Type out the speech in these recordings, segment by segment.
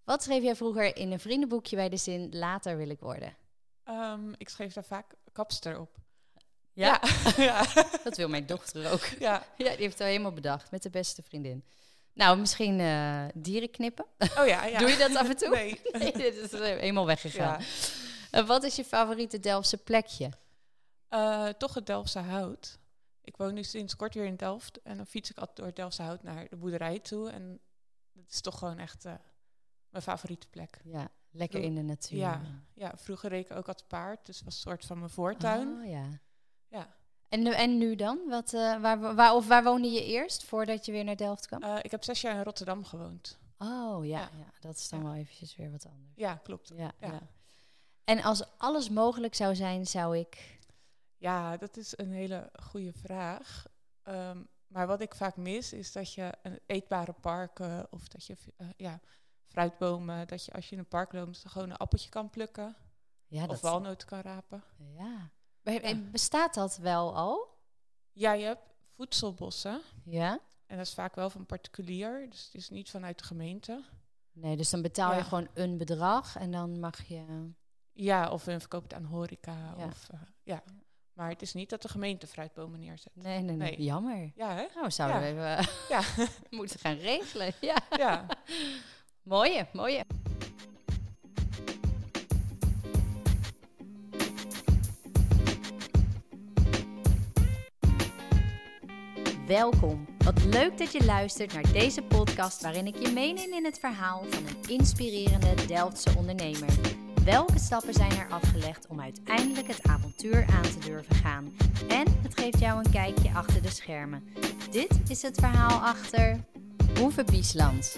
Wat schreef jij vroeger in een vriendenboekje bij de zin later wil ik worden? Ik schreef daar vaak kapster op. Ja? Ja. Dat wil mijn dochter ook. Ja. Ja, die heeft het al helemaal bedacht met de beste vriendin. Nou, misschien dieren knippen. Oh ja. Doe je dat af en toe? Nee. Nee, dit is helemaal weggegaan. Ja. Wat is je favoriete Delftse plekje? Toch het Delftse Hout. Ik woon nu sinds kort weer in Delft. En dan fiets ik altijd door het Delftse Hout naar de boerderij toe. En dat is toch gewoon echt mijn favoriete plek. Ja, lekker in de natuur. Ja, vroeger reed ik ook altijd paard. Dus het was een soort van mijn voortuin. Oh, ja. Ja. En nu dan? Waar woonde je eerst voordat je weer naar Delft kwam? Ik heb 6 jaar in Rotterdam gewoond. Oh ja, Ja. ja, dat is dan wel eventjes weer wat anders. Ja, klopt. Ja, Ja. ja. En als alles mogelijk zou zijn, zou ik... Ja, dat is een hele goede vraag. Maar wat ik vaak mis, is dat je een eetbare parken of dat je fruitbomen, dat je als je in een park loopt, gewoon een appeltje kan plukken Ja, of walnoten kan rapen. Ja. Bestaat dat wel al? Ja, je hebt voedselbossen Ja? en dat is vaak wel van particulier, dus het is niet vanuit de gemeente. Nee, dus dan betaal je Ja. gewoon een bedrag en dan mag je... Ja, of hun verkoopt aan horeca. Ja. Ja. Maar het is niet dat de gemeente fruitbomen neerzet. Nee. Nee. Jammer. Ja, hè? Nou, zouden Ja. we even Ja. moeten gaan regelen. Ja. Ja. Mooie. Welkom. Wat leuk dat je luistert naar deze podcast waarin ik je meeneem in het verhaal van een inspirerende Delftse ondernemer. Welke stappen zijn er afgelegd om uiteindelijk het avontuur aan te durven gaan? En het geeft jou een kijkje achter de schermen. Dit is het verhaal achter Hoeve Biesland.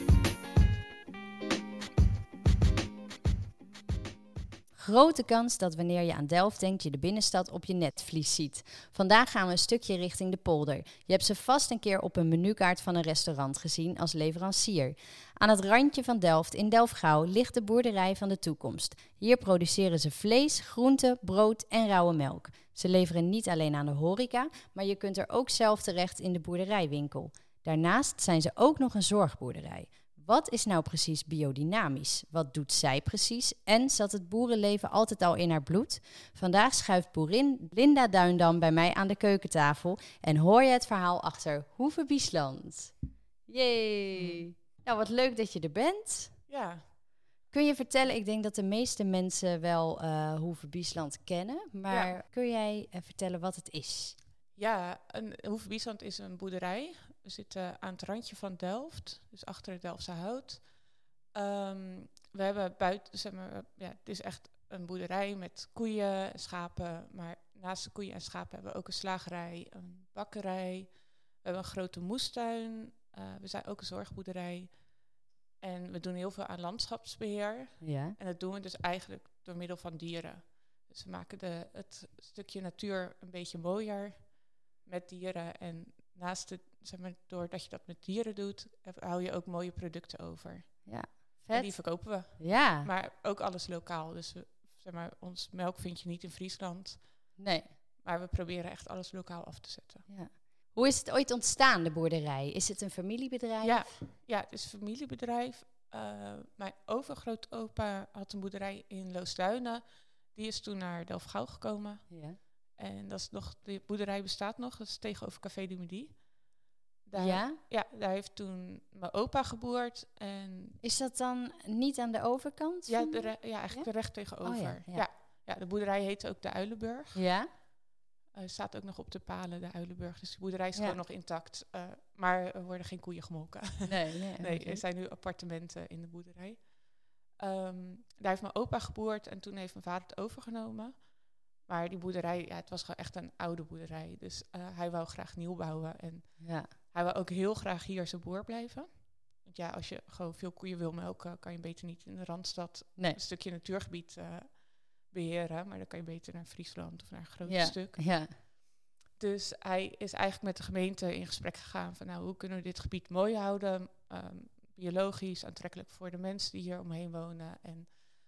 Grote kans dat wanneer je aan Delft denkt, je de binnenstad op je netvlies ziet. Vandaag gaan we een stukje richting de polder. Je hebt ze vast een keer op een menukaart van een restaurant gezien als leverancier. Aan het randje van Delft in Delfgauw ligt de boerderij van de toekomst. Hier produceren ze vlees, groenten, brood en rauwe melk. Ze leveren niet alleen aan de horeca, maar je kunt er ook zelf terecht in de boerderijwinkel. Daarnaast zijn ze ook nog een zorgboerderij. Wat is nou precies biodynamisch? Wat doet zij precies? En zat het boerenleven altijd al in haar bloed? Vandaag schuift boerin Linda Duindam bij mij aan de keukentafel en hoor je het verhaal achter Hoeve Biesland. Yay! Nou, wat leuk dat je er bent. Ja. Kun je vertellen, ik denk dat de meeste mensen wel Hoeve Biesland kennen, maar kun jij vertellen wat het is? Ja, Hoeve Biesland is een boerderij. We zitten aan het randje van Delft, dus achter het Delftse Hout. We hebben buiten, zeg maar, het is echt een boerderij met koeien en schapen. Maar naast de koeien en schapen hebben we ook een slagerij, een bakkerij. We hebben een grote moestuin. We zijn ook een zorgboerderij. En we doen heel veel aan landschapsbeheer. Ja. En dat doen we dus eigenlijk door middel van dieren. Dus we maken het stukje natuur een beetje mooier met dieren. En naast het, zeg maar, doordat je dat met dieren doet, hou je ook mooie producten over. Ja, En vet. die verkopen we. Ja. Maar ook alles lokaal. Dus zeg maar, ons melk vind je niet in Friesland. Nee. Maar we proberen echt alles lokaal af te zetten. Ja. Hoe is het ooit ontstaan, de boerderij? Is het een familiebedrijf? Ja, het is een familiebedrijf. Mijn overgrootopa had een boerderij in Loosduinen. Die is toen naar Delfgauw gekomen. Ja. En dat is nog, de boerderij bestaat nog. Dat is tegenover Café du Midi. Daar, Ja? Ja, daar heeft toen mijn opa geboerd. En Is dat dan niet aan de overkant? ja, van- eigenlijk Ja? er recht tegenover. Oh ja. Ja, de boerderij heette ook de Uilenburg. Ja? Staat ook nog op de palen, de Uilenburg. Dus de boerderij is Ja. gewoon nog intact. Maar er worden geen koeien gemolken. Nee. Nee, er zijn nu appartementen in de boerderij. Daar heeft mijn opa geboerd en toen heeft mijn vader het overgenomen. Maar die boerderij, het was gewoon echt een oude boerderij. Dus hij wou graag nieuw bouwen. En Ja. hij wou ook heel graag hier zijn boer blijven. Want ja, als je gewoon veel koeien wil melken, kan je beter niet in de Randstad Nee. een stukje natuurgebied beheren. Maar dan kan je beter naar Friesland of naar een groot Ja. stuk. Ja. Dus hij is eigenlijk met de gemeente in gesprek gegaan van, nou, hoe kunnen we dit gebied mooi houden? Biologisch, aantrekkelijk voor de mensen die hier omheen wonen. En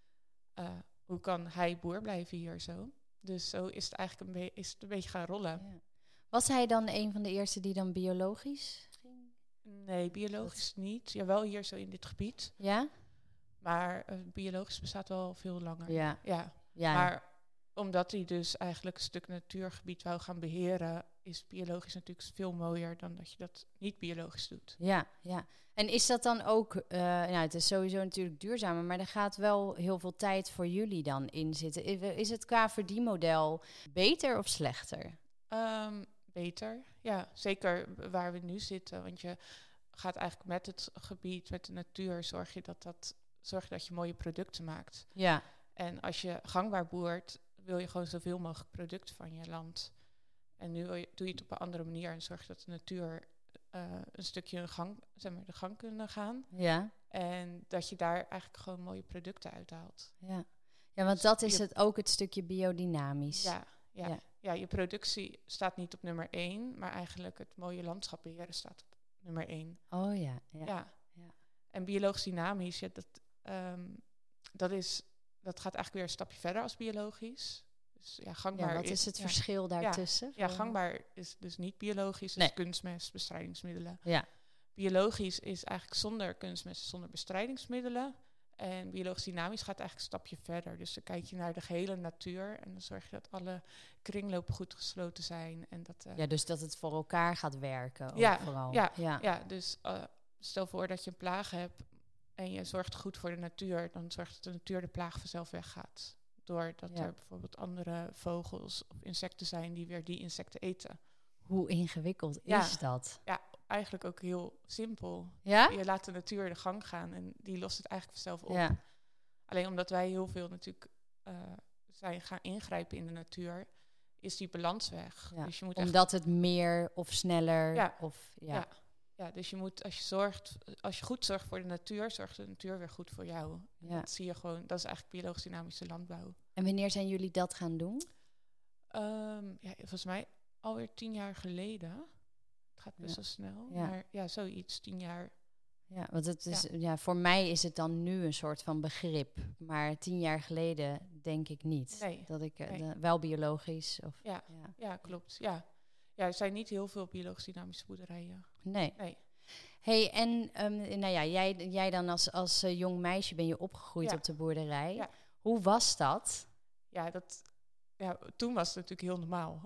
hoe kan hij boer blijven hier zo? Dus zo is het eigenlijk een beetje gaan rollen. Ja. Was hij dan een van de eerste die dan biologisch ging? Nee, biologisch niet. Ja, wel hier zo in dit gebied. Ja? Maar biologisch bestaat wel veel langer. Ja. Ja. Ja. Maar omdat hij dus eigenlijk een stuk natuurgebied wou gaan beheren, is biologisch natuurlijk veel mooier dan dat je dat niet biologisch doet. Ja. En is dat dan ook, het is sowieso natuurlijk duurzamer, maar er gaat wel heel veel tijd voor jullie dan in zitten. Is het qua verdienmodel beter of slechter? Beter, ja. Zeker waar we nu zitten. Want je gaat eigenlijk met het gebied, met de natuur, zorg je dat je mooie producten maakt. Ja. En als je gangbaar boert, wil je gewoon zoveel mogelijk producten van je land. En nu doe je het op een andere manier en zorg je dat de natuur een stukje de gang kunnen gaan. Ja. En dat je daar eigenlijk gewoon mooie producten uithaalt. Ja, want Dus dat is ook het stukje biodynamisch. Ja, je productie staat niet op nummer 1, maar eigenlijk het mooie landschap beheren staat op nummer 1. Oh ja. En biologisch dynamisch, dat gaat eigenlijk weer een stapje verder als biologisch. Dus gangbaar wat is het verschil daartussen? Ja, gangbaar is dus niet biologisch, dus kunstmest, bestrijdingsmiddelen. Ja. Biologisch is eigenlijk zonder kunstmest, zonder bestrijdingsmiddelen. En biologisch dynamisch gaat eigenlijk een stapje verder. Dus dan kijk je naar de gehele natuur en dan zorg je dat alle kringlopen goed gesloten zijn. En dat, dus dat het voor elkaar gaat werken. Vooral. Dus stel voor dat je een plaag hebt en je zorgt goed voor de natuur, dan zorgt dat de natuur de plaag vanzelf weggaat. Doordat er bijvoorbeeld andere vogels of insecten zijn die weer die insecten eten. Hoe ingewikkeld is dat? Ja, eigenlijk ook heel simpel. Ja? Je laat de natuur de gang gaan en die lost het eigenlijk vanzelf op. Ja. Alleen omdat wij heel veel natuurlijk zijn gaan ingrijpen in de natuur, is die balans weg. Ja. Dus je moet omdat het meer of sneller... Ja, dus je moet, als je goed zorgt voor de natuur, zorgt de natuur weer goed voor jou. Ja. Dat zie je gewoon, dat is eigenlijk biologisch dynamische landbouw. En wanneer zijn jullie dat gaan doen? Volgens mij alweer 10 jaar geleden. Het gaat best wel snel, maar zoiets, 10 jaar. Ja, want het is, voor mij is het dan nu een soort van begrip. Maar 10 jaar geleden denk ik niet. Nee. Dat ik wel biologisch... Ja, klopt, ja. Ja, er zijn niet heel veel biologisch dynamische boerderijen. Nee. Hey, en jij dan als jong meisje ben je opgegroeid op de boerderij. Ja. Hoe was dat? Toen was het natuurlijk heel normaal.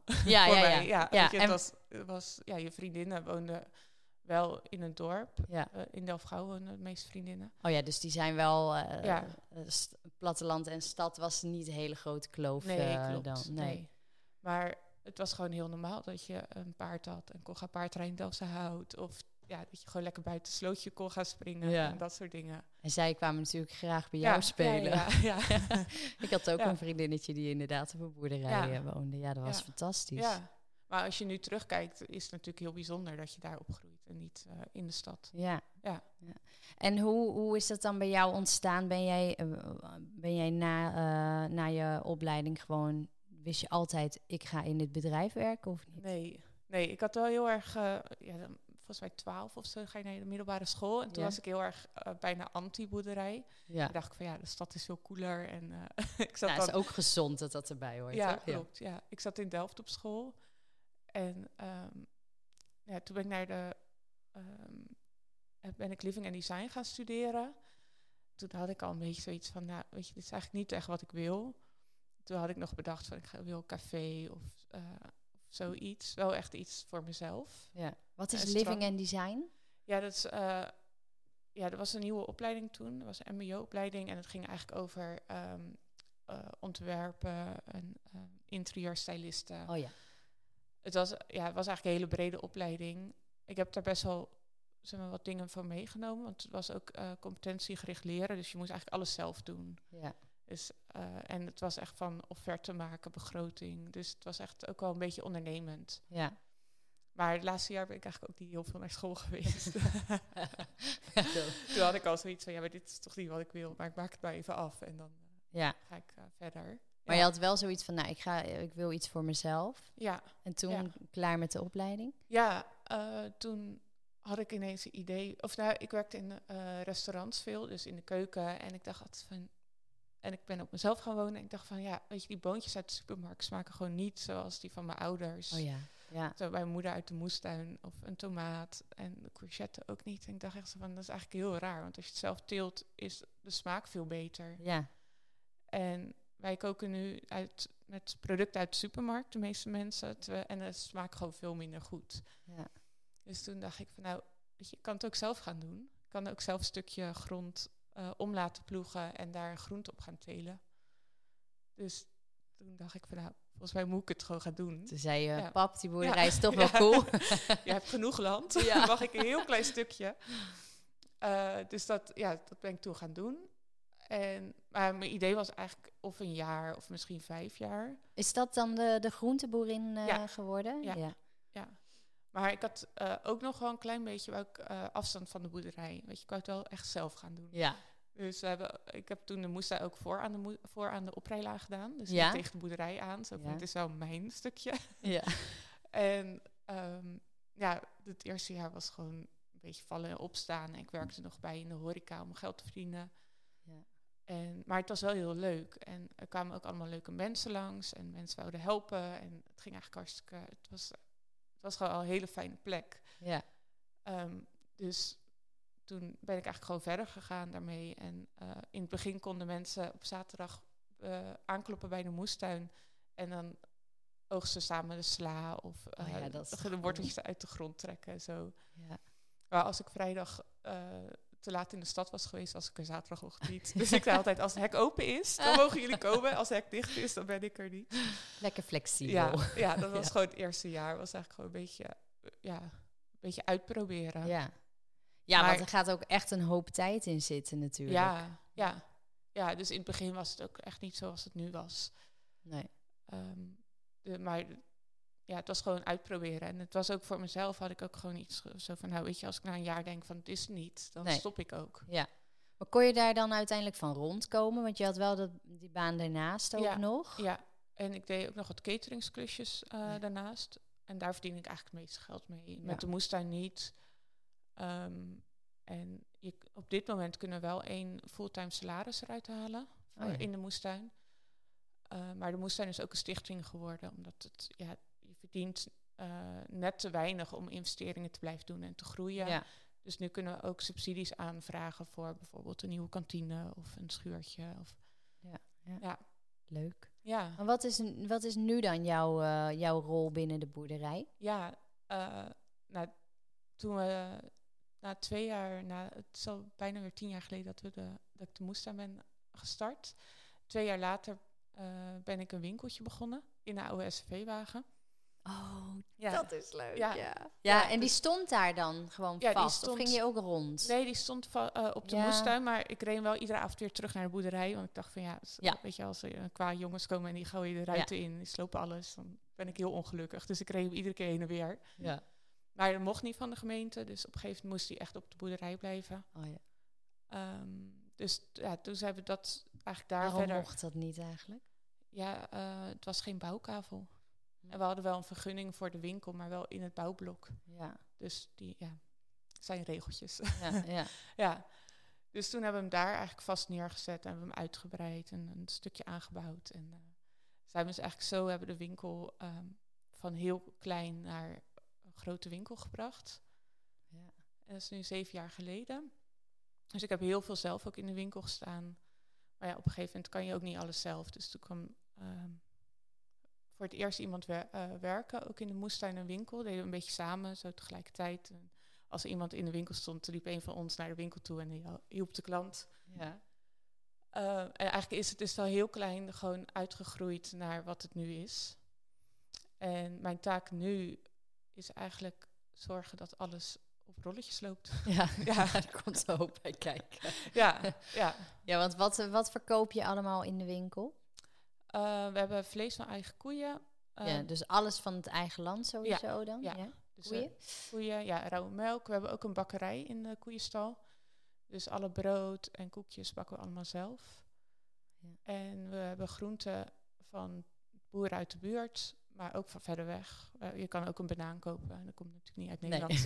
Je vriendinnen woonden wel in een dorp. Ja. In Delfgauw woonden de meeste vriendinnen. Oh ja, dus die zijn wel... platteland en stad was niet een hele grote kloof. Nee, klopt. Dan. Nee. Maar het was gewoon heel normaal dat je een paard had en kon gaan paardrijden in Delftse Hout. Of dat je gewoon lekker buiten het slootje kon gaan springen en dat soort dingen. En zij kwamen natuurlijk graag bij jou spelen. Ja. Ik had ook een vriendinnetje die inderdaad op een boerderij woonde. Ja, dat was fantastisch. Ja. Maar als je nu terugkijkt, is het natuurlijk heel bijzonder dat je daar opgroeit en niet in de stad. Ja. En hoe is dat dan bij jou ontstaan? Ben jij na je opleiding gewoon... Wist je altijd, ik ga in dit bedrijf werken of niet? Nee, ik had wel heel erg... volgens mij 12 of zo ga je naar de middelbare school. En toen was ik heel erg bijna anti-boerderij. Ja. Toen dacht ik van de stad is veel cooler. En ik zat het is ook gezond dat erbij hoort. Ja, klopt. Ja. Ik zat in Delft op school. En toen ben ik living en design gaan studeren. Toen had ik al een beetje zoiets van, dit is eigenlijk niet echt wat ik wil. Toen had ik nog bedacht van, ik wil café of zoiets. Wel echt iets voor mezelf. Ja. Wat is living and design? Ja, dat was een nieuwe opleiding toen. Dat was een mbo-opleiding. En het ging eigenlijk over ontwerpen en interieurstylisten. Oh ja. Het was eigenlijk een hele brede opleiding. Ik heb daar best wel wat dingen van meegenomen. Want het was ook competentiegericht leren. Dus je moest eigenlijk alles zelf doen. Ja. Dus, en het was echt van offerte maken, begroting. Dus het was echt ook wel een beetje ondernemend. Ja. Maar het laatste jaar ben ik eigenlijk ook niet heel veel naar school geweest. Toen had ik al zoiets van, maar dit is toch niet wat ik wil. Maar ik maak het maar even af en dan ga ik verder. Maar je had wel zoiets van, ik wil iets voor mezelf. Ja. En toen klaar met de opleiding? Ja, toen had ik ineens een idee. Ik werkte in restaurants veel, dus in de keuken. En ik dacht altijd van... En ik ben op mezelf gaan wonen. En ik dacht van, die boontjes uit de supermarkt smaken gewoon niet zoals die van mijn ouders. Oh ja. Ja. Zo bij mijn moeder uit de moestuin of een tomaat en de courgette ook niet. En ik dacht echt zo van, dat is eigenlijk heel raar. Want als je het zelf teelt, is de smaak veel beter. Ja. En wij koken nu met producten uit de supermarkt, de meeste mensen. En het smaakt gewoon veel minder goed. Ja. Dus toen dacht ik van, nou, weet je, ik kan het ook zelf gaan doen. Ik kan ook zelf een stukje grond om laten ploegen en daar een groente op gaan telen. Dus toen dacht ik van, nou, volgens mij moet ik het gewoon gaan doen. Toen zei je, Ja. pap, die boerderij is toch wel cool. Je hebt genoeg land, Ja. dan mag ik een heel klein stukje. Dus dat ben ik toen gaan doen. Maar mijn idee was eigenlijk of een jaar of misschien 5 jaar. Is dat dan de groenteboerin geworden? Ja. Ja. Maar ik had ook nog wel een klein beetje afstand van de boerderij. Weet je, ik wou het wel echt zelf gaan doen. Ja. Dus ik heb toen de moestuin ook voor aan de oprijlaan gedaan. Dus Ja? niet tegen de boerderij aan. Zo van, het is wel mijn stukje. Ja. En het eerste jaar was gewoon een beetje vallen en opstaan. En ik werkte nog bij in de horeca om geld te verdienen. Ja. Maar het was wel heel leuk. En er kwamen ook allemaal leuke mensen langs. En mensen wouden helpen. En het ging eigenlijk hartstikke... Het was gewoon al een hele fijne plek. Ja. Dus toen ben ik eigenlijk gewoon verder gegaan daarmee. En in het begin konden mensen op zaterdag aankloppen bij de moestuin. En dan oogsten samen de sla of de worteltjes uit de grond trekken en zo. Ja. Maar als ik vrijdag te laat in de stad was geweest, was ik er zaterdagochtend niet. Dus ik zei altijd, als het hek open is, dan mogen jullie komen. Als het hek dicht is, dan ben ik er niet. Lekker flexibel. Ja, dat was gewoon het eerste jaar. Was eigenlijk gewoon een beetje uitproberen. Ja. Ja, maar, want er gaat ook echt een hoop tijd in zitten natuurlijk. Ja, dus in het begin was het ook echt niet zoals het nu was. Nee. Maar het was gewoon uitproberen. En het was ook voor mezelf, had ik ook gewoon iets zo van, nou weet je, als ik na een jaar denk van het is niet, dan stop ik ook. Ja. Maar kon je daar dan uiteindelijk van rondkomen? Want je had wel die baan daarnaast ook nog. Ja, en ik deed ook nog wat cateringsklusjes daarnaast. En daar verdien ik eigenlijk het meeste geld mee. Met de moestuin niet. En op dit moment kunnen we wel 1 fulltime salaris eruit halen in de moestuin. Maar de moestuin is ook een stichting geworden, omdat je verdient net te weinig om investeringen te blijven doen en te groeien. Ja. Dus nu kunnen we ook subsidies aanvragen voor bijvoorbeeld een nieuwe kantine of een schuurtje. Ja. Leuk. Ja. En wat is nu dan jouw rol binnen de boerderij? Ja, toen we na 2 jaar, het is al bijna weer 10 jaar geleden dat ik de moestuin ben gestart. 2 jaar later ben ik een winkeltje begonnen in de oude SUV-wagen. Oh, dat is leuk. Ja, en die stond daar dan gewoon vast? Of ging je ook rond? Nee, die stond op de moestuin, maar ik reed wel iedere avond weer terug naar de boerderij. Want ik dacht van weet je, als er qua jongens komen en die gooien de ruiten in, die slopen alles, dan ben ik heel ongelukkig. Dus ik reed hem iedere keer heen en weer. Ja. Maar dat mocht niet van de gemeente, dus op een gegeven moment moest hij echt op de boerderij blijven. Oh ja. Dus toen zijn we dat eigenlijk daar Waarom verder... Waarom mocht dat niet eigenlijk? Ja, het was geen bouwkavel. En we hadden wel een vergunning voor de winkel, maar wel in het bouwblok. Ja. Dus zijn regeltjes. Ja. Dus toen hebben we hem daar eigenlijk vast neergezet en hebben we hem uitgebreid en een stukje aangebouwd. En zijn we dus eigenlijk zo hebben de winkel van heel klein naar een grote winkel gebracht. Ja. En dat is nu 7 jaar geleden. Dus ik heb heel veel zelf ook in de winkel gestaan. Maar op een gegeven moment kan je ook niet alles zelf. Dus toen kwam voor het eerst iemand werken, ook in de moestuin en winkel. Deden we een beetje samen, zo tegelijkertijd. En als er iemand in de winkel stond, liep een van ons naar de winkel toe en die hielp de klant. Ja. En eigenlijk is het dus al heel klein gewoon uitgegroeid naar wat het nu is. En mijn taak nu is eigenlijk zorgen dat alles op rolletjes loopt. Ja, daar komt zo hoop bij kijken. Ja. Ja, want wat verkoop je allemaal in de winkel? We hebben vlees van eigen koeien. Dus alles van het eigen land sowieso dan? Ja. Dus, koeien? Koeien, rauwe melk. We hebben ook een bakkerij in de koeienstal. Dus alle brood en koekjes bakken we allemaal zelf. Ja. En we hebben groenten van boeren uit de buurt, maar ook van verder weg. Je kan ook een banaan kopen. Dat komt natuurlijk niet uit Nederland.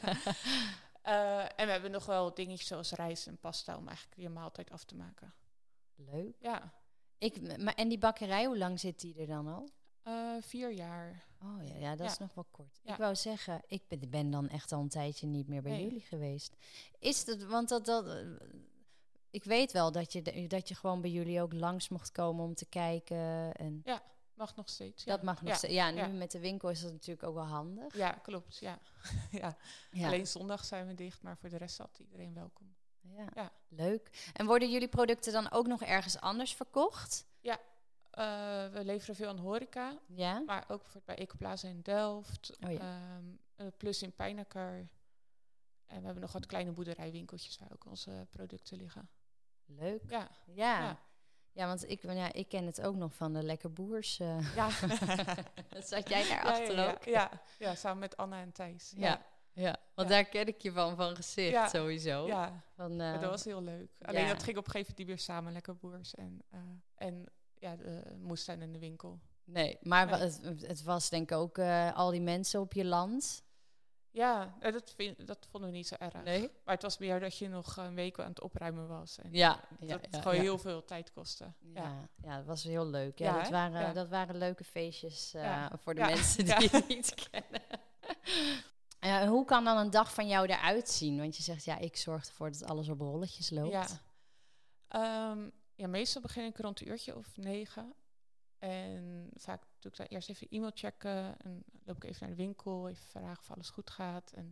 Nee. En we hebben nog wel dingetjes zoals rijst en pasta om eigenlijk je maaltijd af te maken. Leuk. Ja. En die bakkerij, hoe lang zit die er dan al? 4 jaar. Oh ja, dat is nog wel kort. Ja. Ik wou zeggen, ik ben dan echt al een tijdje niet meer bij Nee. jullie geweest. Is het, want ik weet wel dat je gewoon bij jullie ook langs mocht komen om te kijken. En Mag nog steeds. Ja. dat mag nog Ja. steeds. Ja, nu Ja. met de winkel is dat natuurlijk ook wel handig. Ja, klopt. Ja. ja. Ja. Alleen zondag zijn we dicht, maar voor de rest zat iedereen welkom. Ja. Leuk. En worden jullie producten dan ook nog ergens anders verkocht? We leveren veel aan horeca, Ja. maar ook bijvoorbeeld bij Ecoplaza in Delft. Oh ja. Plus in Pijnacker. En we hebben nog wat kleine boerderijwinkeltjes waar ook onze producten liggen. Leuk. Ja. Ja. Ja, want ik ken het ook nog van de Lekker Boers. Ja. Zat jij daar achter ook? Ja, samen met Anna en Thijs. Ja, want daar ken ik je van gezicht sowieso. Ja, dat was heel leuk. Alleen dat ging op een gegeven moment niet meer samen, Lekker Boers en de moestuin en de winkel. Nee, maar het was denk ik ook al die mensen op je land. Ja, dat vonden we niet zo erg. Nee? Maar het was meer dat je nog een week aan het opruimen was. En Dat gewoon heel veel tijd kostte. Ja, dat was heel leuk. Dat waren leuke feestjes voor de mensen die het niet kennen. Hoe kan dan een dag van jou eruit zien? Want je zegt, ik zorg ervoor dat alles op rolletjes loopt. Meestal begin ik rond een uurtje of 9. En vaak doe ik dan eerst even e-mail checken. En loop ik even naar de winkel, even vragen of alles goed gaat. En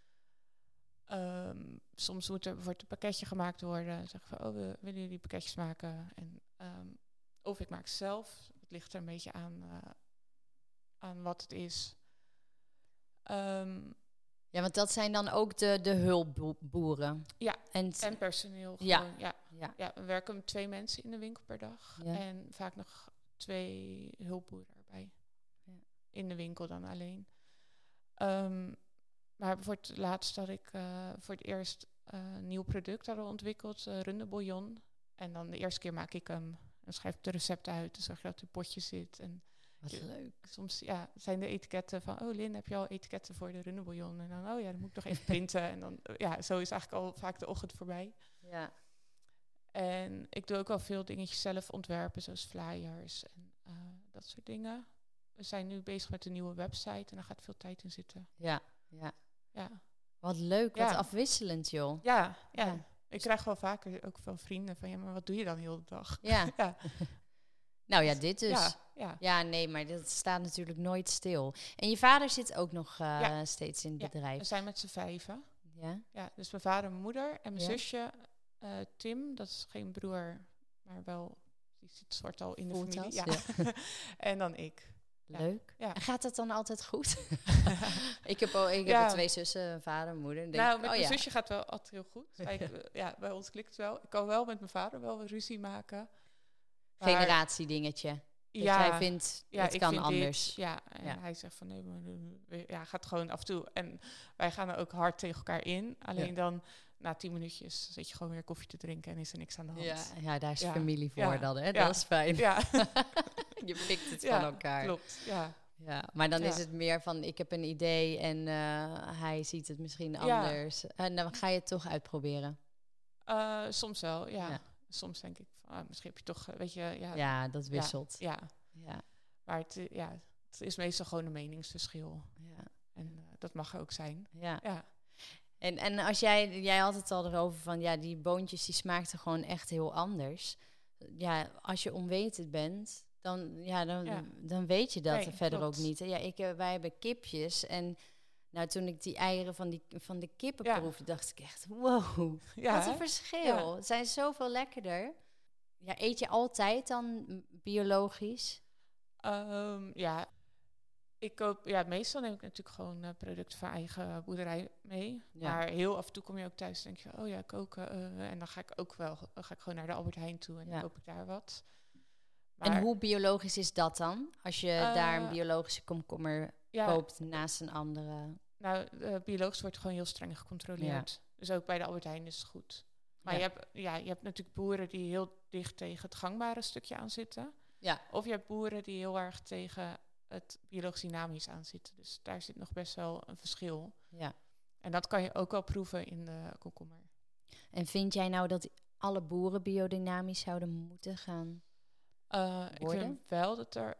soms moet er bijvoorbeeld een pakketje gemaakt worden. Dan zeg ik van, we willen jullie pakketjes maken? En, of ik maak zelf. Het ligt er een beetje aan wat het is. Want dat zijn dan ook de hulpboeren. Ja, en personeel. Gewoon, ja, we werken met 2 mensen in de winkel per dag. Ja. En vaak nog 2 hulpboeren erbij. Ja. In de winkel dan alleen. Maar voor het laatst had ik voor het eerst een nieuw product hadden we ontwikkeld. Runderbouillon. En dan de eerste keer maak ik hem. Dan schrijf ik de recepten uit. Dan zorg je dat het in het potje zit. En wat leuk. Soms zijn de etiketten van... Oh, Lynn, heb je al etiketten voor de runderbouillon? En dan, dan moet ik nog even printen. En dan, zo is eigenlijk al vaak de ochtend voorbij. Ja. En ik doe ook wel veel dingetjes zelf ontwerpen, zoals flyers en dat soort dingen. We zijn nu bezig met een nieuwe website en daar gaat veel tijd in zitten. Ja. Wat leuk, wat afwisselend, joh. Ja. Ik krijg wel vaker ook van vrienden van... maar wat doe je dan heel de dag? Ja. Nou ja, dit dus. Ja. Ja, nee, maar dat staat natuurlijk nooit stil. En je vader zit ook nog steeds in het bedrijf. We zijn met z'n 5. Ja, dus mijn vader en mijn moeder en mijn zusje Tim. Dat is geen broer, maar wel... Die zit soort al in de familie. Ja. En dan ik. Leuk. Ja. En gaat dat dan altijd goed? Ik heb 2 zussen, een vader en moeder. Met mijn zusje gaat het wel altijd heel goed. Bij ons klikt het wel. Ik kan wel met mijn vader wel ruzie maken. Generatiedingetje. Dat jij vindt, het kan anders. En hij zegt van nee, gaat gewoon af en toe. En wij gaan er ook hard tegen elkaar in. Alleen dan, na 10 minuutjes, zit je gewoon weer koffie te drinken en is er niks aan de hand. Ja, daar is familie voor dan, hè? Dat is fijn. Ja. Je pikt het van elkaar. Klopt, Ja, maar dan is het meer van, ik heb een idee en hij ziet het misschien anders. En dan ga je het toch uitproberen. Soms wel, Soms denk ik van, misschien heb je toch, weet je... Ja, dat wisselt. Ja. Maar het is meestal gewoon een meningsverschil. Ja. En dat mag er ook zijn. Ja. En als jij had het al erover van, die boontjes die smaakten gewoon echt heel anders. Ja, als je onwetend bent, dan weet je dat verder klopt. ook niet. Hè? Wij hebben kipjes en toen ik die eieren van de kippen proefde, dacht ik echt, wow, wat een verschil. Ja. Het zijn zoveel lekkerder. Ja, eet je altijd dan biologisch? Ik koop, meestal neem ik natuurlijk gewoon producten van eigen boerderij mee. Ja. Maar heel af en toe kom je ook thuis en denk je, koken. En dan ga ik gewoon naar de Albert Heijn toe en dan koop ik daar wat. Maar, en hoe biologisch is dat dan? Als je daar een biologische komkommer koopt naast een andere... Nou, biologisch wordt gewoon heel streng gecontroleerd. Ja. Dus ook bij de Albert Heijn is het goed. Maar je hebt natuurlijk boeren die heel dicht tegen het gangbare stukje aan zitten. Ja. Of je hebt boeren die heel erg tegen het biologisch dynamisch aan zitten. Dus daar zit nog best wel een verschil. Ja. En dat kan je ook wel proeven in de komkommer. En vind jij nou dat alle boeren biodynamisch zouden moeten gaan worden? Ik vind wel dat er...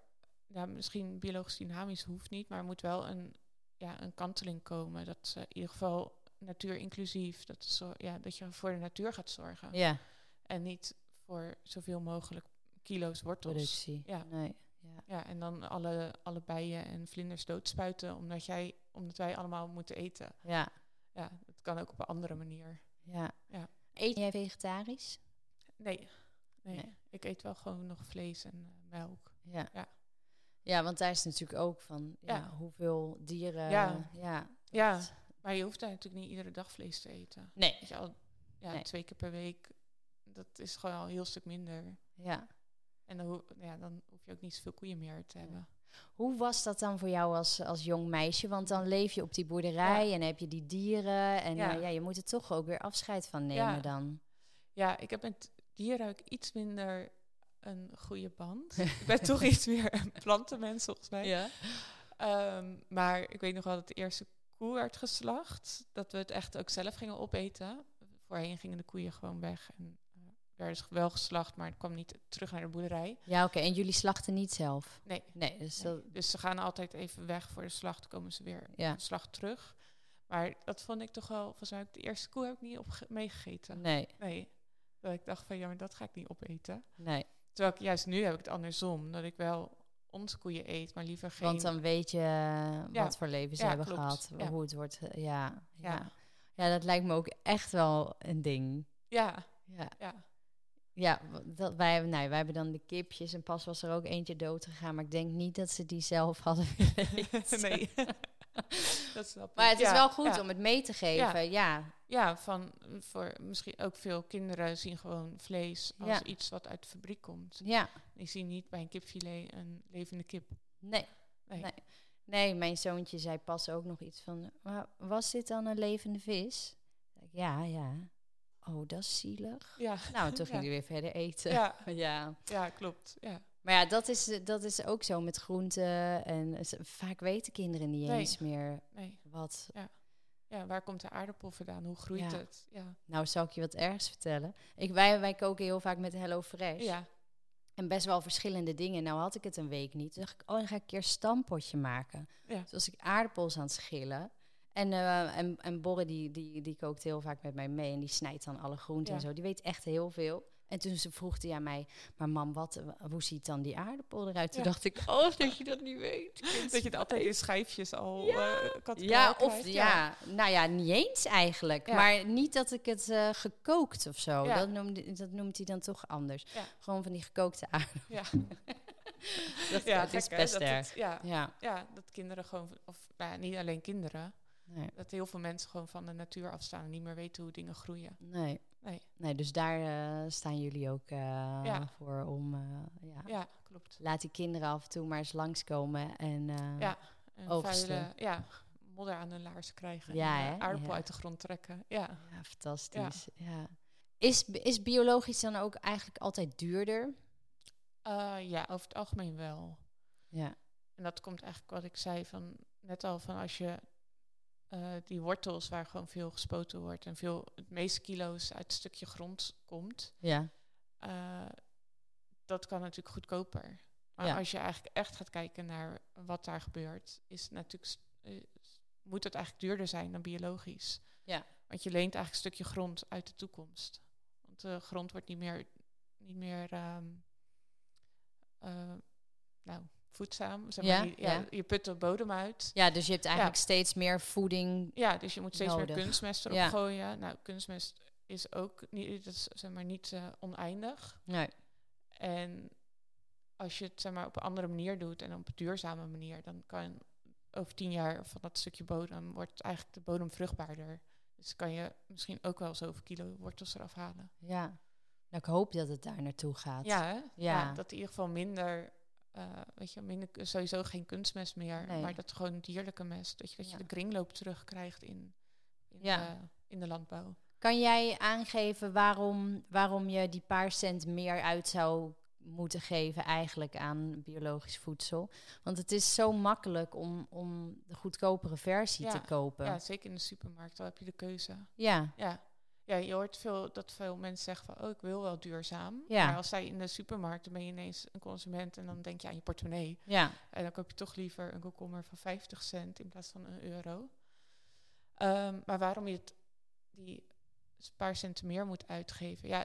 misschien biologisch dynamisch hoeft niet, maar er moet wel een kanteling komen. Dat ze in ieder geval natuur inclusief, dat je voor de natuur gaat zorgen. Ja. En niet voor zoveel mogelijk kilo's wortels. Productie. Ja. Nee. Ja, en dan alle bijen en vlinders doodspuiten, omdat wij allemaal moeten eten. Ja. Ja, dat kan ook op een andere manier. Ja. Ja. Eet jij vegetarisch? Nee. Ik eet wel gewoon nog vlees en melk. Ja. Ja. Ja, want daar is natuurlijk ook van hoeveel dieren... Ja, maar je hoeft daar natuurlijk niet iedere dag vlees te eten. Nee. Weet je, 2 keer per week, dat is gewoon al een heel stuk minder. Ja. En dan hoef je ook niet zoveel koeien meer te hebben. Hoe was dat dan voor jou als jong meisje? Want dan leef je op die boerderij en heb je die dieren. En je moet er toch ook weer afscheid van nemen dan. Ja, ik heb met dieren ook iets minder een goede band. Ik ben toch iets meer een plantenmens volgens mij. Ja. Maar ik weet nog wel dat de eerste koe werd geslacht. Dat we het echt ook zelf gingen opeten. Voorheen gingen de koeien gewoon weg en werden dus wel geslacht, maar het kwam niet terug naar de boerderij. Ja, oké. En jullie slachten niet zelf? Nee. Dus ze gaan altijd even weg voor de slacht, komen ze weer de slacht terug. Maar dat vond ik toch wel, volgens mij de eerste koe heb ik niet meegegeten. Nee. Dat ik dacht van, maar dat ga ik niet opeten. Nee. Terwijl juist nu heb ik het andersom, dat ik wel onze koeien eet, maar liever geen... Want dan weet je wat voor leven ze hebben gehad, hoe het wordt. Ja, dat lijkt me ook echt wel een ding. Ja, wij hebben dan de kipjes en pas was er ook eentje dood gegaan, maar ik denk niet dat ze die zelf hadden willen eten. Nee. Dat snap ik. Maar het is wel goed om het mee te geven. Ja, voor misschien ook veel kinderen zien gewoon vlees als iets wat uit de fabriek komt. Ja. Die zien niet bij een kipfilet een levende kip. Nee, mijn zoontje zei pas ook nog iets van, was dit dan een levende vis? Ja. Oh, dat is zielig. Ja. Nou, toen ging hij weer verder eten. Ja, klopt. Ja. Maar dat is ook zo met groenten. En vaak weten kinderen niet eens meer wat. Ja, waar komt de aardappel vandaan? Hoe groeit het? Ja. Nou, zal ik je wat ergs vertellen? Wij koken heel vaak met HelloFresh. Ja. En best wel verschillende dingen. Nou had ik het een week niet. Toen dacht ik, dan ga ik een keer een stampotje maken. Ja. Dus was ik aardappels aan het schillen. En Borre die kookt heel vaak met mij mee. En die snijdt dan alle groenten en zo. Die weet echt heel veel. En toen vroeg hij aan mij, maar mam, hoe ziet dan die aardappel eruit? Toen dacht ik, dat je dat niet weet. Dat je het altijd in schijfjes al kan krijgt. Niet eens eigenlijk. Ja. Maar niet dat ik het gekookt of zo. Ja. Dat noemt hij dan toch anders. Ja. Gewoon van die gekookte aardappel. Ja. dat is best erg. Dat kinderen gewoon, niet alleen kinderen... Nee. Dat heel veel mensen gewoon van de natuur afstaan en niet meer weten hoe dingen groeien. Nee, dus daar staan jullie ook voor om... Ja, klopt. Laat die kinderen af en toe maar eens langskomen en oogsten. Modder aan hun laarzen krijgen en aardappel uit de grond trekken. Ja, fantastisch. Ja. Is biologisch dan ook eigenlijk altijd duurder? Over het algemeen wel. Ja. En dat komt eigenlijk wat ik zei net al van als je... die wortels waar gewoon veel gespoten wordt en het meeste kilo's uit een stukje grond komt. Ja. Dat kan natuurlijk goedkoper. Maar als je eigenlijk echt gaat kijken naar wat daar gebeurt, moet het eigenlijk duurder zijn dan biologisch. Ja. Want je leent eigenlijk een stukje grond uit de toekomst. Want de grond wordt niet meer voedzaam. Zeg maar je put de bodem uit. Ja, dus je hebt eigenlijk steeds meer voeding. Ja, dus je moet steeds meer kunstmest erop gooien. Nou, kunstmest is ook niet oneindig. Nee. En als je het op een andere manier doet en op een duurzame manier, dan kan over 10 jaar van dat stukje bodem wordt eigenlijk de bodem vruchtbaarder. Dus kan je misschien ook wel zoveel kilo wortels eraf halen. Ja. Nou, ik hoop dat het daar naartoe gaat. Ja, hè? Ja, dat in ieder geval minder sowieso geen kunstmest meer, maar dat gewoon dierlijke mest, dat je de kringloop terugkrijgt in de landbouw. Kan jij aangeven waarom je die paar cent meer uit zou moeten geven eigenlijk aan biologisch voedsel? Want het is zo makkelijk om de goedkopere versie te kopen. Ja, zeker in de supermarkt, dan heb je de keuze. Ja, je hoort dat veel mensen zeggen van, ik wil wel duurzaam. Ja. Maar als zij in de supermarkt, dan ben je ineens een consument en dan denk je aan je portemonnee. Ja. En dan koop je toch liever een komkommer van 50 cent in plaats van €1. Maar waarom je die paar centen meer moet uitgeven? Ja,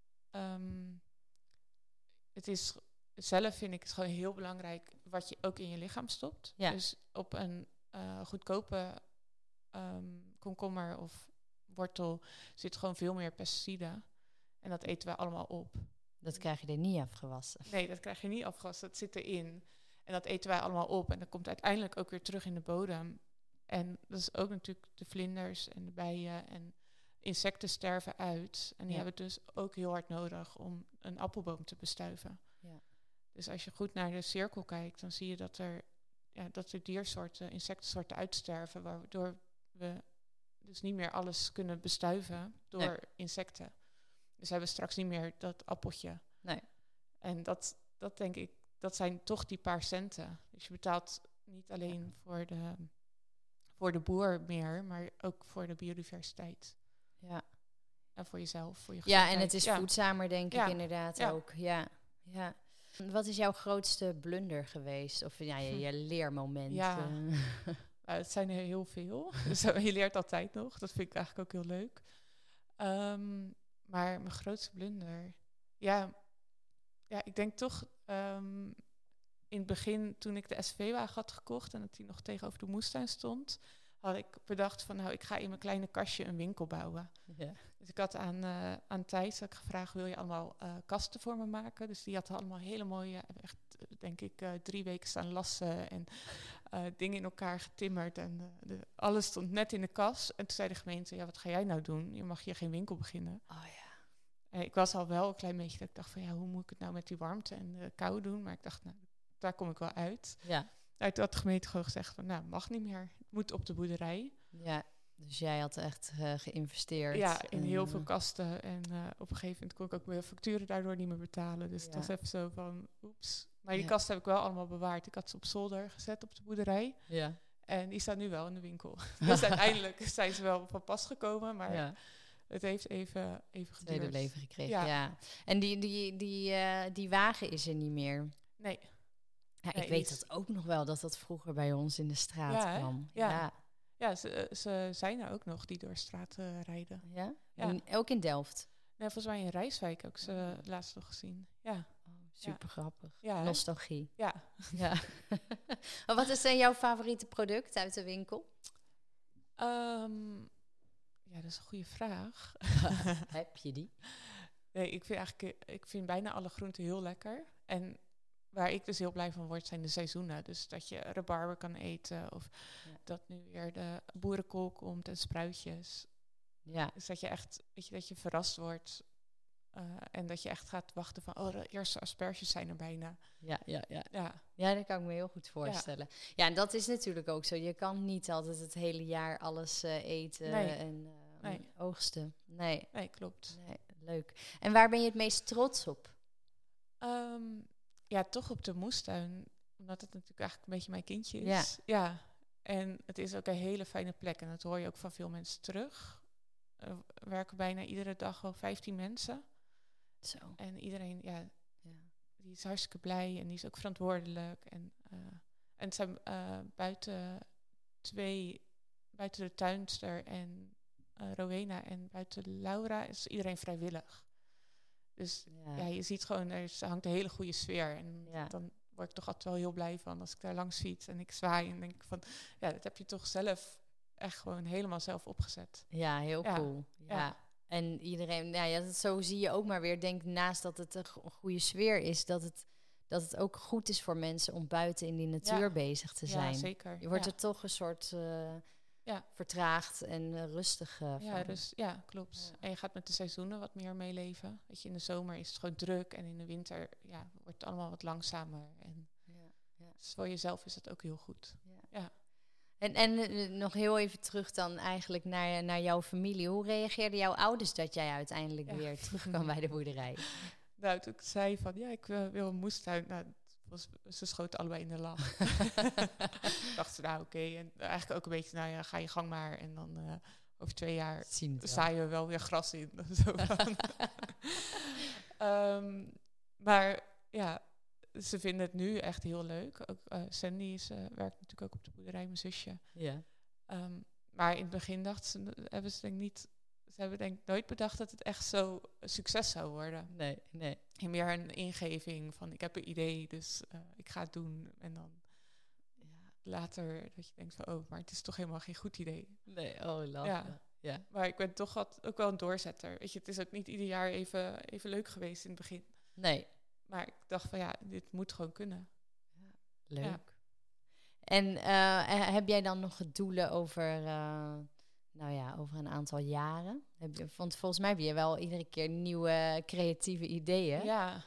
het is zelf vind ik het gewoon heel belangrijk wat je ook in je lichaam stopt. Ja. Dus op een goedkope komkommer of wortel zit gewoon veel meer pesticiden. En dat eten wij allemaal op. Dat krijg je er niet afgewassen. Nee, dat krijg je niet afgewassen. Dat zit erin. En dat eten wij allemaal op. En dat komt uiteindelijk ook weer terug in de bodem. En dat is ook natuurlijk de vlinders en de bijen en insecten sterven uit. En die hebben dus ook heel hard nodig om een appelboom te bestuiven. Ja. Dus als je goed naar de cirkel kijkt, dan zie je dat er diersoorten, insectensoorten uitsterven, waardoor we dus niet meer alles kunnen bestuiven door insecten. Dus we hebben straks niet meer dat appeltje. Nee. En dat denk ik, dat zijn toch die paar centen. Dus je betaalt niet alleen voor de boer meer, maar ook voor de biodiversiteit. Ja. En voor jezelf, voor je gezondheid. Ja, en het is voedzamer, denk ik inderdaad ook. Ja. Wat is jouw grootste blunder geweest? Of je leermoment? Ja, het zijn er heel veel. Dus je leert altijd nog. Dat vind ik eigenlijk ook heel leuk. Maar mijn grootste blunder... Ja, ik denk toch... in het begin, toen ik de SV-wagen had gekocht... en dat die nog tegenover de moestuin stond... had ik bedacht van, ik ga in mijn kleine kastje een winkel bouwen. Ja. Dus ik had aan Thijs gevraagd, wil je allemaal kasten voor me maken? Dus die hadden allemaal hele mooie, echt denk ik 3 weken staan lassen en dingen in elkaar getimmerd. En alles stond net in de kas. En toen zei de gemeente, wat ga jij nou doen? Je mag hier geen winkel beginnen. Oh ja. En ik was al wel een klein beetje dat ik dacht van, hoe moet ik het nou met die warmte en de kou doen? Maar ik dacht, daar kom ik wel uit. Ja. Toen had de gemeente gewoon gezegd van, mag niet meer. Het moet op de boerderij. Ja, dus jij had echt geïnvesteerd. Ja, in heel veel kasten. En op een gegeven moment kon ik ook mijn facturen daardoor niet meer betalen. Dus het was even zo van, oeps. Maar die kasten heb ik wel allemaal bewaard. Ik had ze op zolder gezet op de boerderij. Ja. En die staan nu wel in de winkel. Dus uiteindelijk zijn ze wel van pas gekomen, maar... Het heeft even geduurd. Tweede leven gekregen, ja. En die wagen is er niet meer? Nee. Ja, ik weet dat ook nog wel, dat vroeger bij ons in de straat kwam. Ja, ze zijn er ook nog die door straat rijden. Ja? En ook in Delft? Nee, volgens mij in Rijswijk ook ze laatst nog gezien. Ja. Oh, super grappig. Ja, nostalgie. Ja. Wat is dan jouw favoriete product uit de winkel? Ja, dat is een goede vraag. Heb je die? Nee, ik vind bijna alle groenten heel lekker. En waar ik dus heel blij van word, zijn de seizoenen. Dus dat je rabarber kan eten. Of dat nu weer de boerenkool komt en spruitjes. Ja. Dus dat je echt, dat je verrast wordt. En dat je echt gaat wachten van, de eerste asperges zijn er bijna. Ja, dat kan ik me heel goed voorstellen. Ja, en dat is natuurlijk ook zo. Je kan niet altijd het hele jaar alles eten en oogsten. Nee, klopt. Nee, leuk. En waar ben je het meest trots op? Ja, toch op de moestuin. Omdat het natuurlijk eigenlijk een beetje mijn kindje is. Ja. En het is ook een hele fijne plek. En dat hoor je ook van veel mensen terug. Er werken bijna iedere dag wel 15 mensen. Zo. En iedereen, die is hartstikke blij. En die is ook verantwoordelijk. En het zijn buiten de tuinster en Rowena en buiten Laura is iedereen vrijwillig. Dus je ziet gewoon, er hangt een hele goede sfeer. En dan word ik toch altijd wel heel blij van als ik daar langs fiets en ik zwaai. En denk ik van, dat heb je toch zelf echt gewoon helemaal zelf opgezet. Ja, heel cool. Ja. En iedereen, zo zie je ook maar weer, denk naast dat het een goede sfeer is, dat het ook goed is voor mensen om buiten in die natuur bezig te zijn. Ja, zeker. Je wordt er toch een soort vertraagd en rustig van. Klopt. Ja. En je gaat met de seizoenen wat meer meeleven. Weet je, in de zomer is het gewoon druk en in de winter wordt het allemaal wat langzamer. En dus voor jezelf is dat ook heel goed. Ja. En nog heel even terug dan eigenlijk naar jouw familie. Hoe reageerden jouw ouders dat jij uiteindelijk weer terugkwam bij de boerderij? Nou, toen ik zei van, ik wil een moestuin. Nou, ze schoten allebei in de lach. Dachten ze, oké. En eigenlijk ook een beetje, ga je gang maar. En dan over 2 jaar Zien het wel. zaaien we wel weer gras in. Zo van. Maar ja, ze vinden het nu echt heel leuk. Ook Sandy werkt natuurlijk ook op de boerderij, mijn zusje. Ja. Maar in het begin hebben denk ik nooit bedacht dat het echt zo succes zou worden. Nee. En meer een ingeving van ik heb een idee, dus ik ga het doen. En dan later dat je denkt van maar het is toch helemaal geen goed idee. Nee, lachen. Ja. Maar ik ben toch ook wel een doorzetter. Weet je, het is ook niet ieder jaar even leuk geweest in het begin. Nee. Maar ik dacht van dit moet gewoon kunnen. Leuk. Ja. En heb jij dan nog doelen over een aantal jaren? Want volgens mij heb je wel iedere keer nieuwe creatieve ideeën.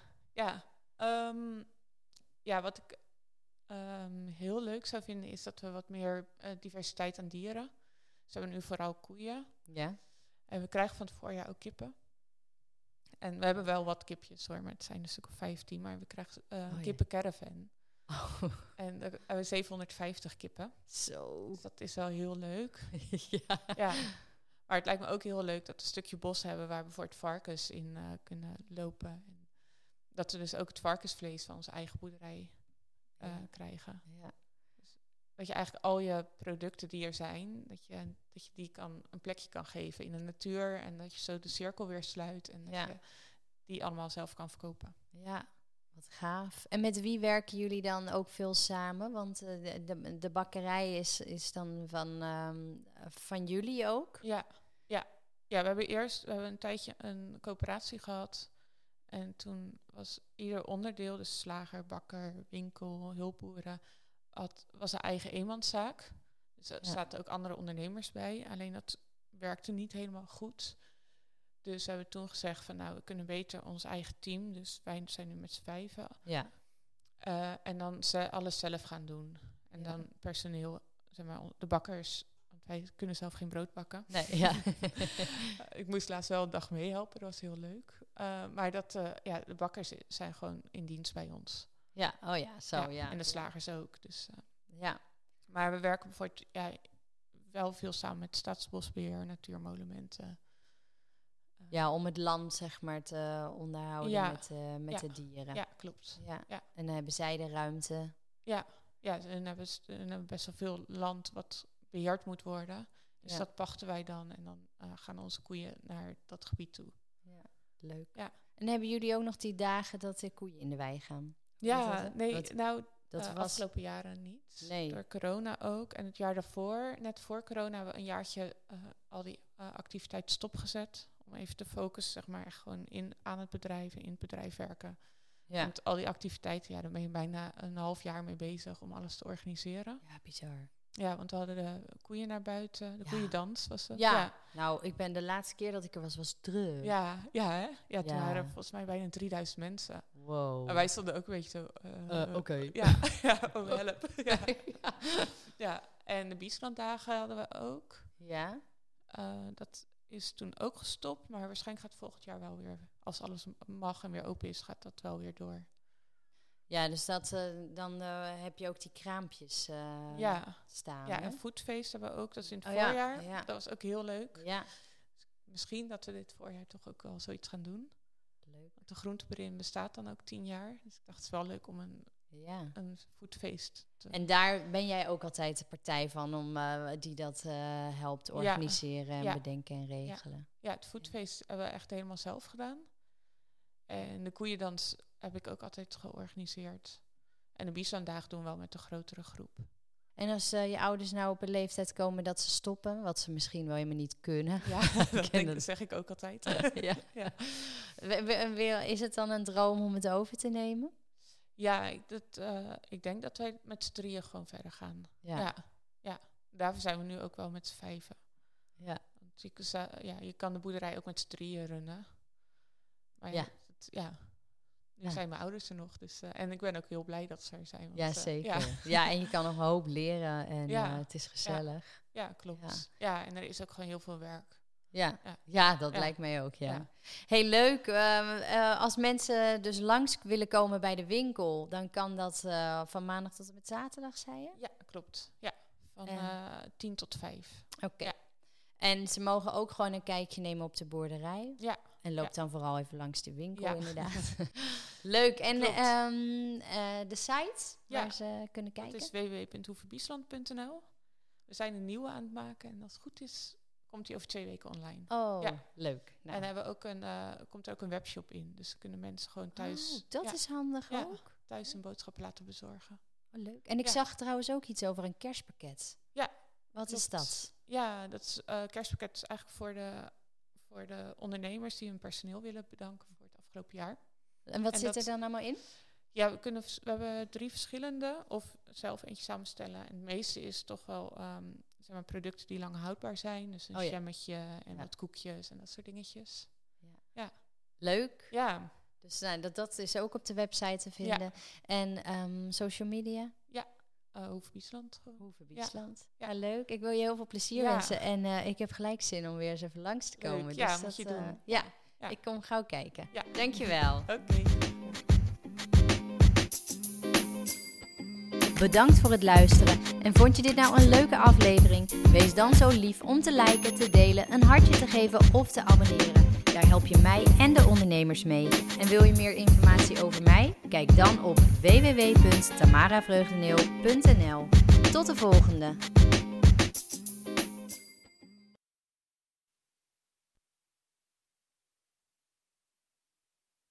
Ja, wat ik heel leuk zou vinden is dat we wat meer diversiteit aan dieren. Dus we hebben nu vooral koeien. Ja. En we krijgen van het voorjaar ook kippen. En we hebben wel wat kipjes hoor, maar het zijn een stuk of 15. Maar we krijgen kippencaravan. Oh. En daar hebben we 750 kippen. Zo. Dus dat is wel heel leuk. Ja. Maar het lijkt me ook heel leuk dat we een stukje bos hebben waar we voor het varkens in kunnen lopen. En dat we dus ook het varkensvlees van onze eigen boerderij krijgen. Ja. Dus dat je eigenlijk al je producten die er zijn, dat je die een plekje kan geven in de natuur. En dat je zo de cirkel weer sluit. En dat je die allemaal zelf kan verkopen. Ja. Wat gaaf. En met wie werken jullie dan ook veel samen? Want de bakkerij is dan van jullie ook? Ja, we hebben een tijdje een coöperatie gehad. En toen was ieder onderdeel, dus slager, bakker, winkel, hulpboeren, was een eigen eenmanszaak. Dus er zaten ook andere ondernemers bij. Alleen dat werkte niet helemaal goed. Dus we hebben toen gezegd van we kunnen beter ons eigen team. Dus wij zijn nu met z'n 5. Ja. En dan alles zelf gaan doen. En dan personeel, zeg maar, de bakkers. Want wij kunnen zelf geen brood bakken. Nee, ja. Ik moest laatst wel een dag meehelpen, dat was heel leuk. Maar de bakkers zijn gewoon in dienst bij ons. Ja, ja. En de slagers ook. Dus, ja. Maar we werken bijvoorbeeld wel veel samen met Staatsbosbeheer, natuurmonumenten. Ja, om het land zeg maar te onderhouden met de dieren. Ja, klopt. Ja. Ja. En dan hebben zij de ruimte. Ja, en hebben best wel veel land wat beheerd moet worden. Dus dat pachten wij dan en dan gaan onze koeien naar dat gebied toe. Ja, leuk. Ja. En hebben jullie ook nog die dagen dat de koeien in de wei gaan? Ja, dat was afgelopen jaren niet. Nee. Door corona ook. En het jaar daarvoor, net voor corona, hebben we een jaartje al die activiteit stopgezet. Om even te focussen, zeg maar, echt gewoon aan het bedrijf en in het bedrijf werken. Ja. Want al die activiteiten, daar ben je bijna een half jaar mee bezig om alles te organiseren. Ja, bizar. Ja, want we hadden de koeien naar buiten. De koeiendans was het. Ja, nou, ik ben de laatste keer dat ik er was druk. Ja, hè? Ja, toen waren er volgens mij bijna 3000 mensen. Wow. En wij stonden ook een beetje zo... Oké. Ja, help. Ja, en de bieslanddagen hadden we ook. Ja. Dat is toen ook gestopt, maar waarschijnlijk gaat volgend jaar wel weer, als alles mag en weer open is, gaat dat wel weer door. Ja, dus dan heb je ook die kraampjes staan. Ja, hè? en foodfeest hebben we ook, dat is in het voorjaar. Ja. Dat was ook heel leuk. Ja. Misschien dat we dit voorjaar toch ook wel zoiets gaan doen. Leuk. Want de groentebrin bestaat dan ook 10 jaar. Dus ik dacht, het is wel leuk om een foodfeest te... En daar ben jij ook altijd de partij van, om die dat helpt organiseren en bedenken en regelen. Ja, het foodfeest hebben we echt helemaal zelf gedaan. En de koeiendans heb ik ook altijd georganiseerd. En de bieslanddagen doen we wel met een grotere groep. En als je ouders nou op een leeftijd komen dat ze stoppen, wat ze misschien wel helemaal niet kunnen. Ja, dat zeg ik ook altijd. Is het dan een droom om het over te nemen? Ja, ik denk dat wij met z'n 3 gewoon verder gaan. Ja. Daarvoor zijn we nu ook wel met z'n 5. Ja. Want je kan de boerderij ook met z'n 3 runnen. Maar nu zijn mijn ouders er nog. Dus, en ik ben ook heel blij dat ze er zijn. Want, ja, zeker. Ja, en je kan nog een hoop leren en het is gezellig. Ja, klopt. Ja, en er is ook gewoon heel veel werk. Ja, dat lijkt mij ook, Heel leuk. Als mensen dus langs willen komen bij de winkel, dan kan dat van maandag tot en met zaterdag, zei je? Ja, klopt. Ja, van 10 tot 5. Oké. Ja. En ze mogen ook gewoon een kijkje nemen op de boerderij. Ja. En loop dan vooral even langs de winkel, Ja. inderdaad. Leuk. En Klopt. de site waar ze kunnen kijken? Dat is www.hoevebiesland.nl. We zijn een nieuwe aan het maken. En als het goed is, komt die over 2 weken online. Oh, Ja. leuk. Nou. En hebben we ook komt er ook een webshop in. Dus kunnen mensen gewoon thuis, dat is handig Ja. ook. thuis een boodschap laten bezorgen. Oh, leuk. En ik zag trouwens ook iets over een kerstpakket. Ja, Wat is klopt. dat? Ja, dat is kerstpakket is eigenlijk voor de ondernemers die hun personeel willen bedanken voor het afgelopen jaar. En wat En zit er dat- dan allemaal in? Ja, we hebben 3 verschillende, of zelf eentje samenstellen. En het meeste is toch wel zeg maar producten die lang houdbaar zijn. Dus een jammetje en wat koekjes en dat soort dingetjes. Leuk. Ja, Dus dat is ook op de website te vinden. En social media? Hoevebiesland. Hoevebiesland. Ja. Ja, leuk. Ik wil je heel veel plezier Ja. wensen. En ik heb gelijk zin om weer eens even langs te komen. Leuk. Ja, Dus moet je doen. Ja, Ja. ik kom gauw kijken. Ja. Dankjewel. Oké. Bedankt voor het luisteren. En vond je dit nou een leuke aflevering? Wees dan zo lief om te liken, te delen, een hartje te geven of te abonneren. Daar help je mij en de ondernemers mee. En wil je meer informatie over mij? Kijk dan op www.tamaravreugdeneel.nl. Tot de volgende!